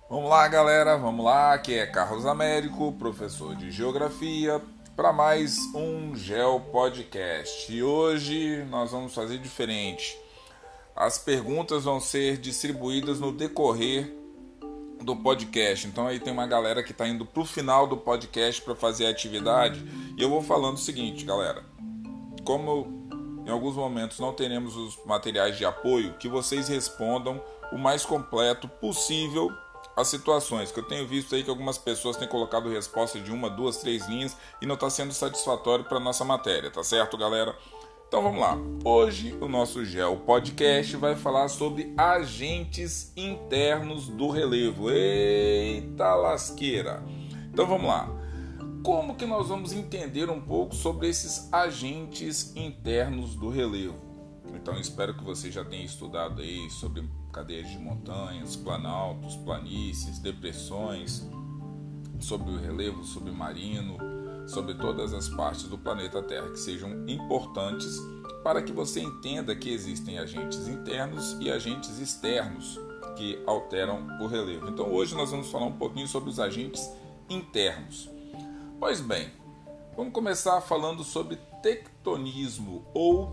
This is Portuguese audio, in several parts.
Vamos lá, galera, vamos lá. Aqui é Carlos Américo, professor de Geografia, para mais um Geo Podcast. E hoje nós vamos fazer diferente. As perguntas vão ser distribuídas no decorrer do podcast. Então aí tem uma galera que está indo para o final do podcast para fazer a atividade. E eu vou falando o seguinte, galera. Como em alguns momentos não teremos os materiais de apoio, que vocês respondam o mais completo possível as situações, que eu tenho visto aí que algumas pessoas têm colocado resposta de 1, 2, 3 linhas e não está sendo satisfatório para a nossa matéria, tá certo, galera? Então vamos lá. Hoje o nosso Geo Podcast vai falar sobre agentes internos do relevo. Eita lasqueira! Então vamos lá. Como que nós vamos entender um pouco sobre esses agentes internos do relevo? Então espero que você já tenha estudado aí sobre cadeias de montanhas, planaltos, planícies, depressões, sobre o relevo submarino, sobre todas as partes do planeta Terra que sejam importantes para que você entenda que existem agentes internos e agentes externos que alteram o relevo. Então hoje nós vamos falar um pouquinho sobre os agentes internos. Pois bem, vamos começar falando sobre tectonismo ou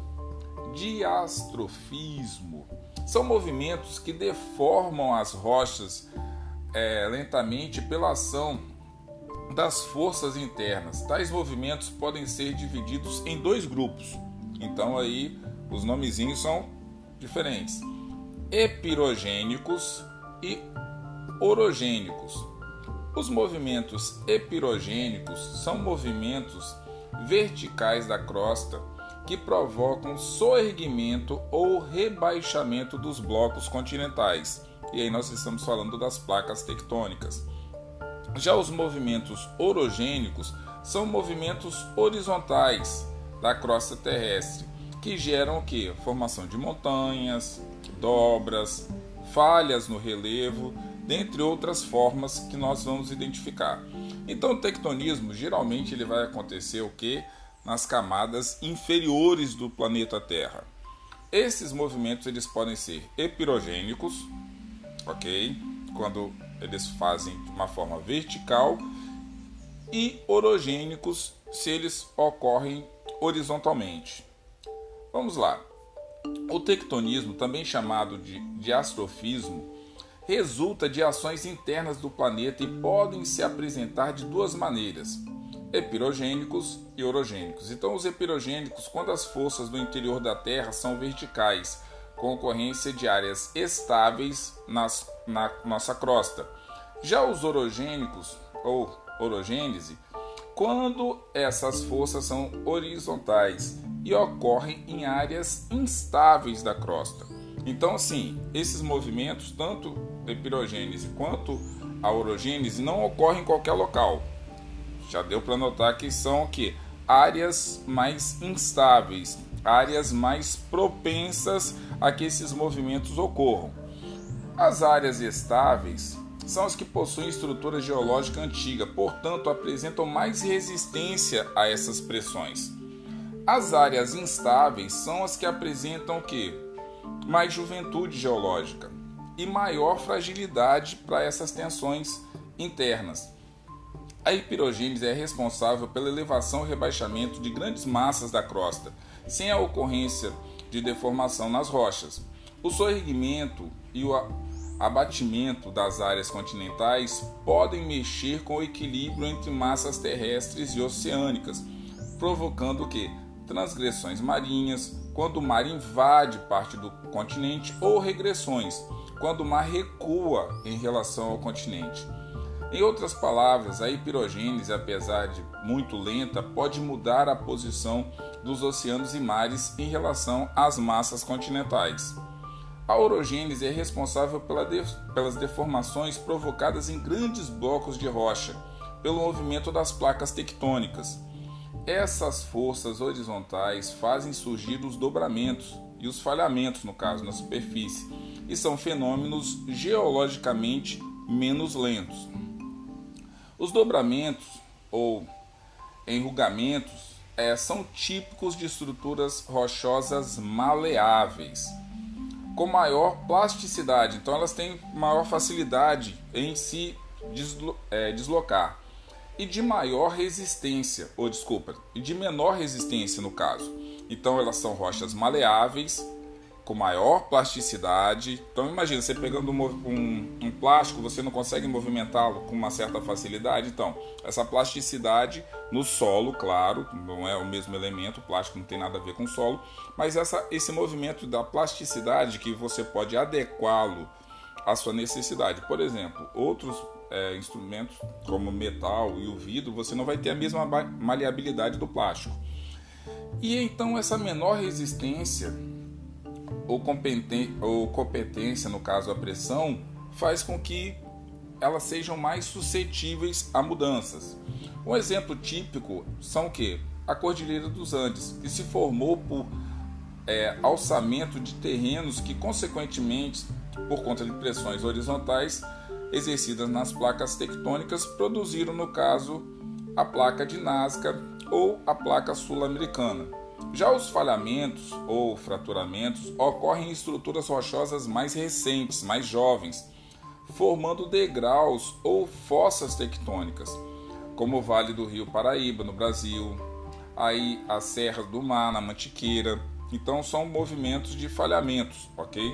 diastrofismo. São movimentos que deformam as rochas lentamente pela ação das forças internas. Tais movimentos podem ser divididos em dois grupos. Então aí os nomezinhos são diferentes: epirogênicos e orogênicos. Os movimentos epirogênicos são movimentos verticais da crosta que provocam soerguimento ou rebaixamento dos blocos continentais. E aí nós estamos falando das placas tectônicas. Já os movimentos orogênicos são movimentos horizontais da crosta terrestre, que geram o quê? Formação de montanhas, dobras, falhas no relevo, dentre outras formas que nós vamos identificar. Então o tectonismo geralmente ele vai acontecer o quê? Nas camadas inferiores do planeta Terra. Esses movimentos eles podem ser epirogênicos, ok? Quando eles fazem de uma forma vertical, e orogênicos se eles ocorrem horizontalmente. Vamos lá. O tectonismo, também chamado de diastrofismo, resulta de ações internas do planeta e podem se apresentar de duas maneiras: epirogênicos e orogênicos. Então, os epirogênicos, quando as forças do interior da Terra são verticais, com ocorrência de áreas estáveis na nossa crosta. Já os orogênicos, ou orogênese, quando essas forças são horizontais e ocorrem em áreas instáveis da crosta. Então, assim, esses movimentos, tanto a epirogênese quanto a orogênese, não ocorrem em qualquer local. Já deu para notar que são aqui áreas mais instáveis, áreas mais propensas a que esses movimentos ocorram. As áreas estáveis são as que possuem estrutura geológica antiga, portanto apresentam mais resistência a essas pressões. As áreas instáveis são as que apresentam o quê? Mais juventude geológica e maior fragilidade para essas tensões internas. A epirogênese é responsável pela elevação e rebaixamento de grandes massas da crosta, sem a ocorrência de deformação nas rochas. O soerguimento e o abatimento das áreas continentais podem mexer com o equilíbrio entre massas terrestres e oceânicas, provocando o quê? Transgressões marinhas, quando o mar invade parte do continente, ou regressões, quando o mar recua em relação ao continente. Em outras palavras, a epirogênese, apesar de muito lenta, pode mudar a posição dos oceanos e mares em relação às massas continentais. A orogênese é responsável pelas deformações provocadas em grandes blocos de rocha, pelo movimento das placas tectônicas. Essas forças horizontais fazem surgir os dobramentos e os falhamentos, no caso, na superfície, e são fenômenos geologicamente menos lentos. Os dobramentos ou enrugamentos são típicos de estruturas rochosas maleáveis. com maior plasticidade. Então elas têm maior facilidade em se deslocar. E de maior resistência, e de menor resistência no caso. Então elas são rochas maleáveis, com maior plasticidade. Então imagina, você pegando um plástico, você não consegue movimentá-lo com uma certa facilidade. Então, essa plasticidade no solo, claro, não é o mesmo elemento, o plástico não tem nada a ver com o solo, mas esse movimento da plasticidade que você pode adequá-lo à sua necessidade. Por exemplo, outros instrumentos como o metal e o vidro, você não vai ter a mesma maleabilidade do plástico. E então essa menor resistência ou competência, no caso a pressão, faz com que elas sejam mais suscetíveis a mudanças. Um exemplo típico são o quê? A Cordilheira dos Andes, que se formou por alçamento de terrenos que, consequentemente, por conta de pressões horizontais exercidas nas placas tectônicas, produziram, no caso, a placa de Nazca ou a placa sul-americana. Já os falhamentos ou fraturamentos ocorrem em estruturas rochosas mais recentes, mais jovens, formando degraus ou fossas tectônicas, como o Vale do Rio Paraíba, no Brasil, aí a Serra do Mar, na Mantiqueira. Então são movimentos de falhamentos, ok?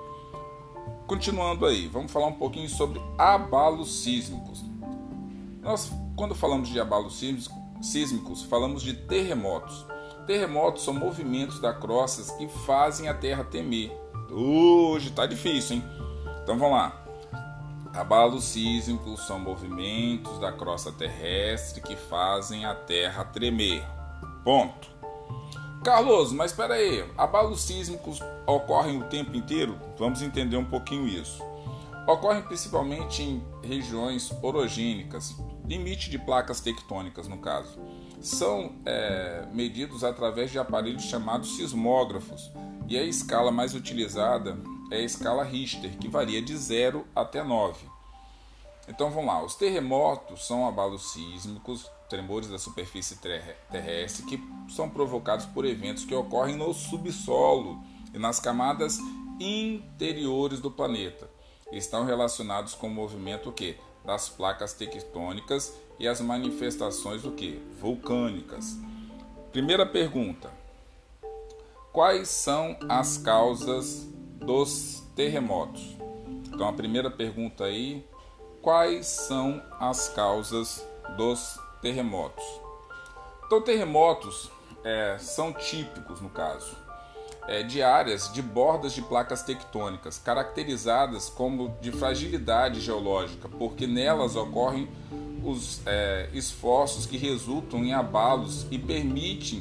Continuando aí, vamos falar um pouquinho sobre abalos sísmicos. Nós, quando falamos de abalos sísmicos, falamos de terremotos. Terremotos são movimentos da crosta que fazem a terra tremer. Hoje tá difícil, hein? Então vamos lá. Abalos sísmicos são movimentos da crosta terrestre que fazem a terra tremer. Ponto. Carlos, mas espera aí, abalos sísmicos ocorrem o tempo inteiro? Vamos entender um pouquinho isso. Ocorrem principalmente em regiões orogênicas, limite de placas tectônicas no caso. São medidos através de aparelhos chamados sismógrafos, e a escala mais utilizada é a escala Richter, que varia de 0 até 9. Então vamos lá, os terremotos são abalos sísmicos, tremores da superfície terrestre que são provocados por eventos que ocorrem no subsolo e nas camadas interiores do planeta. Estão relacionados com o movimento das placas tectônicas e as manifestações vulcânicas. Primeira pergunta: quais são as causas dos terremotos? Então a primeira pergunta aí, quais são as causas dos terremotos? Então terremotos são típicos, no caso, de áreas de bordas de placas tectônicas, caracterizadas como de fragilidade geológica, porque nelas ocorrem os esforços que resultam em abalos e permitem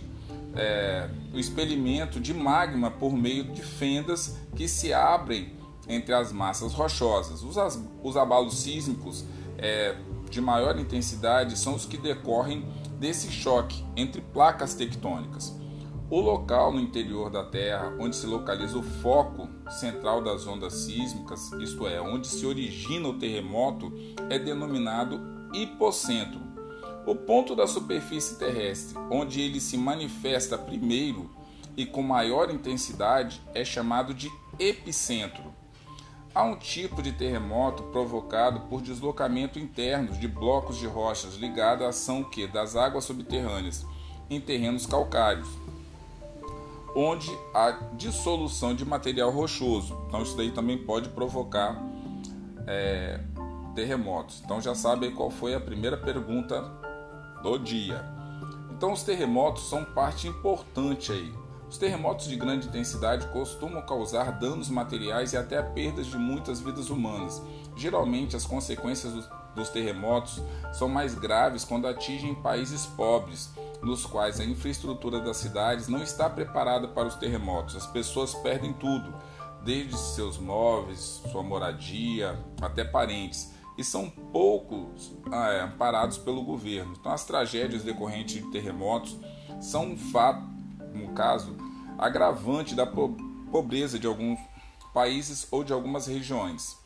o expelimento de magma por meio de fendas que se abrem entre as massas rochosas. Os abalos sísmicos de maior intensidade são os que decorrem desse choque entre placas tectônicas. O local no interior da Terra onde se localiza o foco central das ondas sísmicas, isto é, onde se origina o terremoto, é denominado hipocentro. O ponto da superfície terrestre onde ele se manifesta primeiro e com maior intensidade é chamado de epicentro. Há um tipo de terremoto provocado por deslocamento interno de blocos de rochas ligado à ação das águas subterrâneas em terrenos calcários, onde há dissolução de material rochoso. Então isso daí também pode provocar terremotos. Então já sabe qual foi a primeira pergunta do dia. Então os terremotos são parte importante aí. Os terremotos de grande intensidade costumam causar danos materiais e até perdas de muitas vidas humanas. Geralmente as consequências dos terremotos são mais graves quando atingem países pobres, nos quais a infraestrutura das cidades não está preparada para os terremotos. As pessoas perdem tudo, desde seus móveis, sua moradia, até parentes, e são poucos amparados pelo governo. Então as tragédias decorrentes de terremotos são um fato, no caso, agravante da pobreza de alguns países ou de algumas regiões.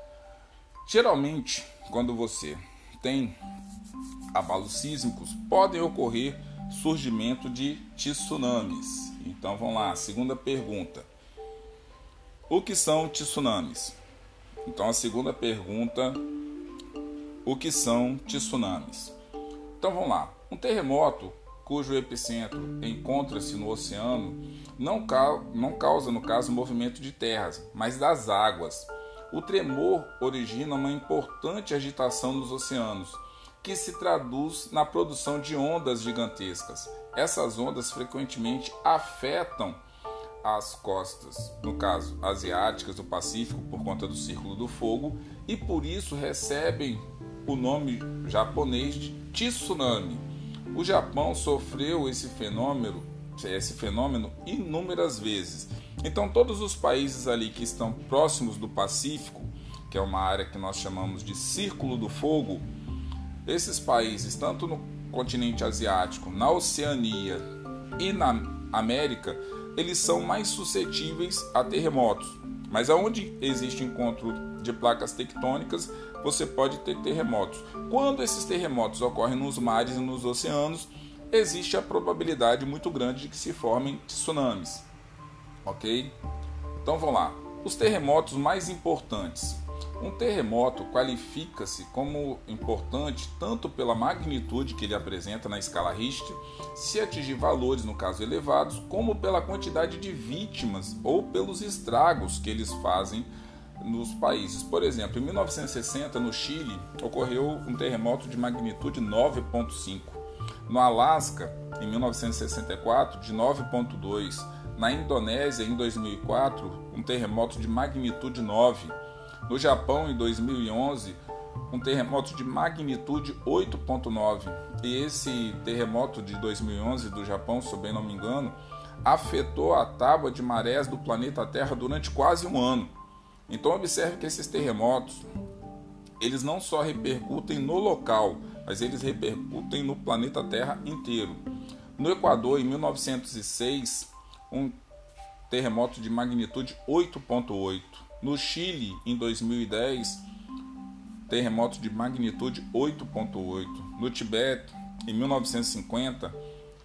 Geralmente, quando você tem abalos sísmicos, podem ocorrer surgimento de tsunamis. Então vamos lá, segunda pergunta. O que são tsunamis? Então a segunda pergunta, o que são tsunamis? Então vamos lá. Um terremoto cujo epicentro encontra-se no oceano não causa, no caso, movimento de terras, mas das águas. O tremor origina uma importante agitação nos oceanos, que se traduz na produção de ondas gigantescas. Essas ondas frequentemente afetam as costas, no caso asiáticas do Pacífico, por conta do Círculo do Fogo, e por isso recebem o nome japonês de tsunami. O Japão sofreu esse fenômeno inúmeras vezes. Então todos os países ali que estão próximos do Pacífico, que é uma área que nós chamamos de Círculo do Fogo, esses países, tanto no continente asiático, na Oceania e na América, eles são mais suscetíveis a terremotos. Mas aonde existe encontro de placas tectônicas, você pode ter terremotos. Quando esses terremotos ocorrem nos mares e nos oceanos, existe a probabilidade muito grande de que se formem tsunamis. Ok? Então vamos lá. Os terremotos mais importantes. Um terremoto qualifica-se como importante tanto pela magnitude que ele apresenta na escala Richter, se atingir valores, no caso, elevados, como pela quantidade de vítimas ou pelos estragos que eles fazem nos países. Por exemplo, em 1960, no Chile, ocorreu um terremoto de magnitude 9,5. No Alasca, em 1964, de 9,2. Na Indonésia, em 2004, um terremoto de magnitude 9. No Japão, em 2011, um terremoto de magnitude 8,9. E esse terremoto de 2011 do Japão, se eu bem não me engano, afetou a tábua de marés do planeta Terra durante quase um ano. Então observe que esses terremotos, eles não só repercutem no local, mas eles repercutem no planeta Terra inteiro. No Equador, em 1906, um terremoto de magnitude 8,8. No Chile, em 2010, terremoto de magnitude 8,8. No Tibete, em 1950,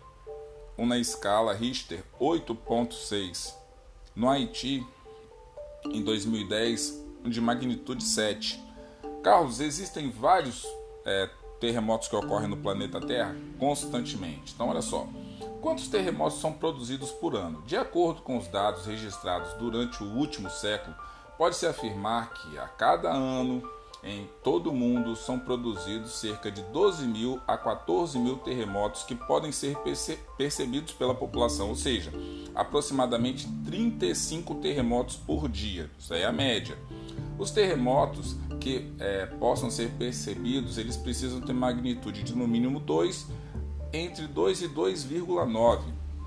na escala Richter 8,6. No Haiti, em 2010, de magnitude 7. Carlos, existem vários terremotos que ocorrem no planeta Terra constantemente. Então, olha só. Quantos terremotos são produzidos por ano? De acordo com os dados registrados durante o último século, pode-se afirmar que a cada ano, em todo o mundo, são produzidos cerca de 12.000 a 14.000 terremotos que podem ser percebidos pela população, ou seja, aproximadamente 35 terremotos por dia. Isso aí é a média. Os terremotos que possam ser percebidos, eles precisam ter magnitude de no mínimo 2, entre 2 e 2,9.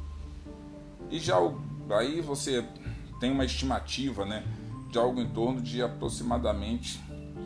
E já aí você tem uma estimativa, de algo em torno de aproximadamente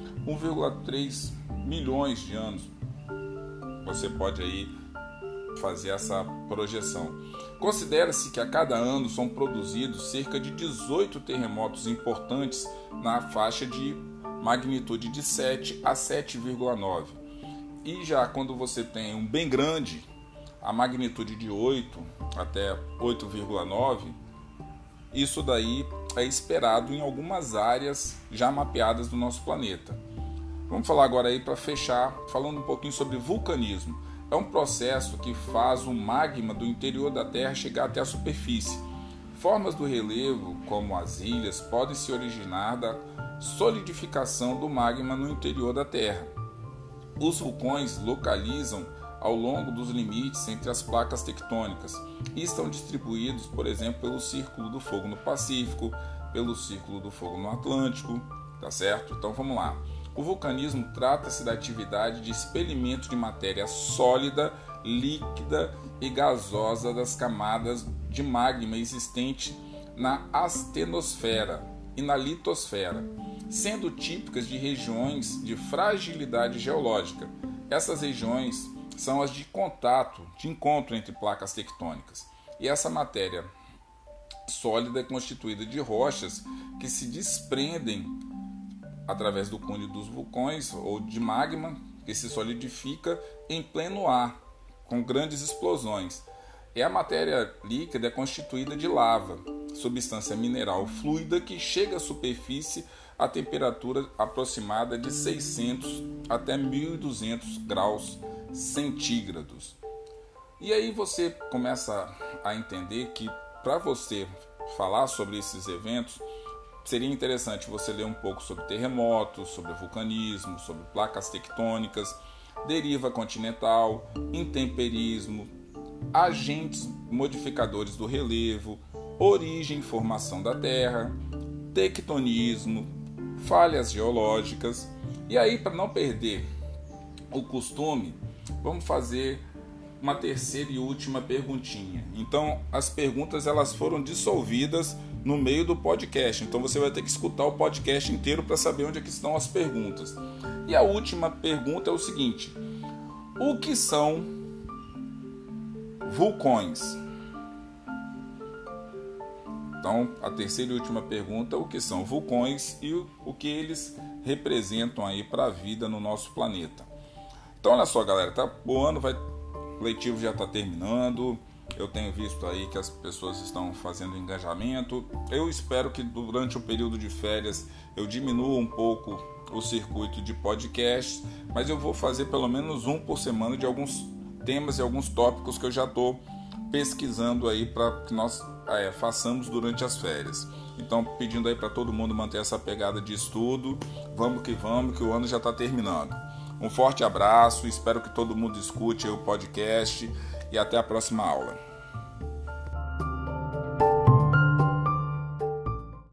1,3 milhões de anos. Você pode aí fazer essa projeção. Considera-se que a cada ano são produzidos cerca de 18 terremotos importantes na faixa de magnitude de 7 a 7,9. E já quando você tem um bem grande, a magnitude de 8 até 8,9, isso daí é esperado em algumas áreas já mapeadas do nosso planeta. Vamos falar agora aí para fechar, falando um pouquinho sobre vulcanismo. É um processo que faz o magma do interior da Terra chegar até a superfície. Formas do relevo, como as ilhas, podem se originar da solidificação do magma no interior da Terra. Os vulcões localizam ao longo dos limites entre as placas tectônicas e estão distribuídos, por exemplo, pelo Círculo do Fogo no Pacífico, pelo Círculo do Fogo no Atlântico, tá certo? Então vamos lá. O vulcanismo trata-se da atividade de expelimento de matéria sólida, líquida e gasosa das camadas de magma existente na astenosfera e na litosfera, sendo típicas de regiões de fragilidade geológica. Essas regiões são as de encontro entre placas tectônicas. E essa matéria sólida é constituída de rochas que se desprendem através do cúmulo dos vulcões ou de magma que se solidifica em pleno ar, com grandes explosões. E a matéria líquida é constituída de lava. substância mineral fluida que chega à superfície a temperatura aproximada de 600 até 1200 graus centígrados. E aí você começa a entender que para você falar sobre esses eventos, seria interessante você ler um pouco sobre terremotos, sobre vulcanismo, sobre placas tectônicas, deriva continental, intemperismo, agentes modificadores do relevo, origem e formação da Terra, tectonismo, falhas geológicas. E aí, para não perder o costume, vamos fazer uma terceira e última perguntinha. Então, as perguntas elas foram dissolvidas no meio do podcast. Então, você vai ter que escutar o podcast inteiro para saber onde é que estão as perguntas. E a última pergunta é o seguinte: o que são vulcões? Então, a terceira e última pergunta: o que são vulcões e o que eles representam aí para a vida no nosso planeta? Então, olha só, galera, o ano letivo já está terminando. Eu tenho visto aí que as pessoas estão fazendo engajamento. Eu espero que durante o período de férias eu diminua um pouco o circuito de podcast, mas eu vou fazer pelo menos um por semana de alguns temas e alguns tópicos que eu já estou pesquisando aí para que nós façamos durante as férias. Então, pedindo aí para todo mundo manter essa pegada de estudo. Vamos que o ano já está terminando. Um forte abraço, espero que todo mundo escute aí o podcast e até a próxima aula.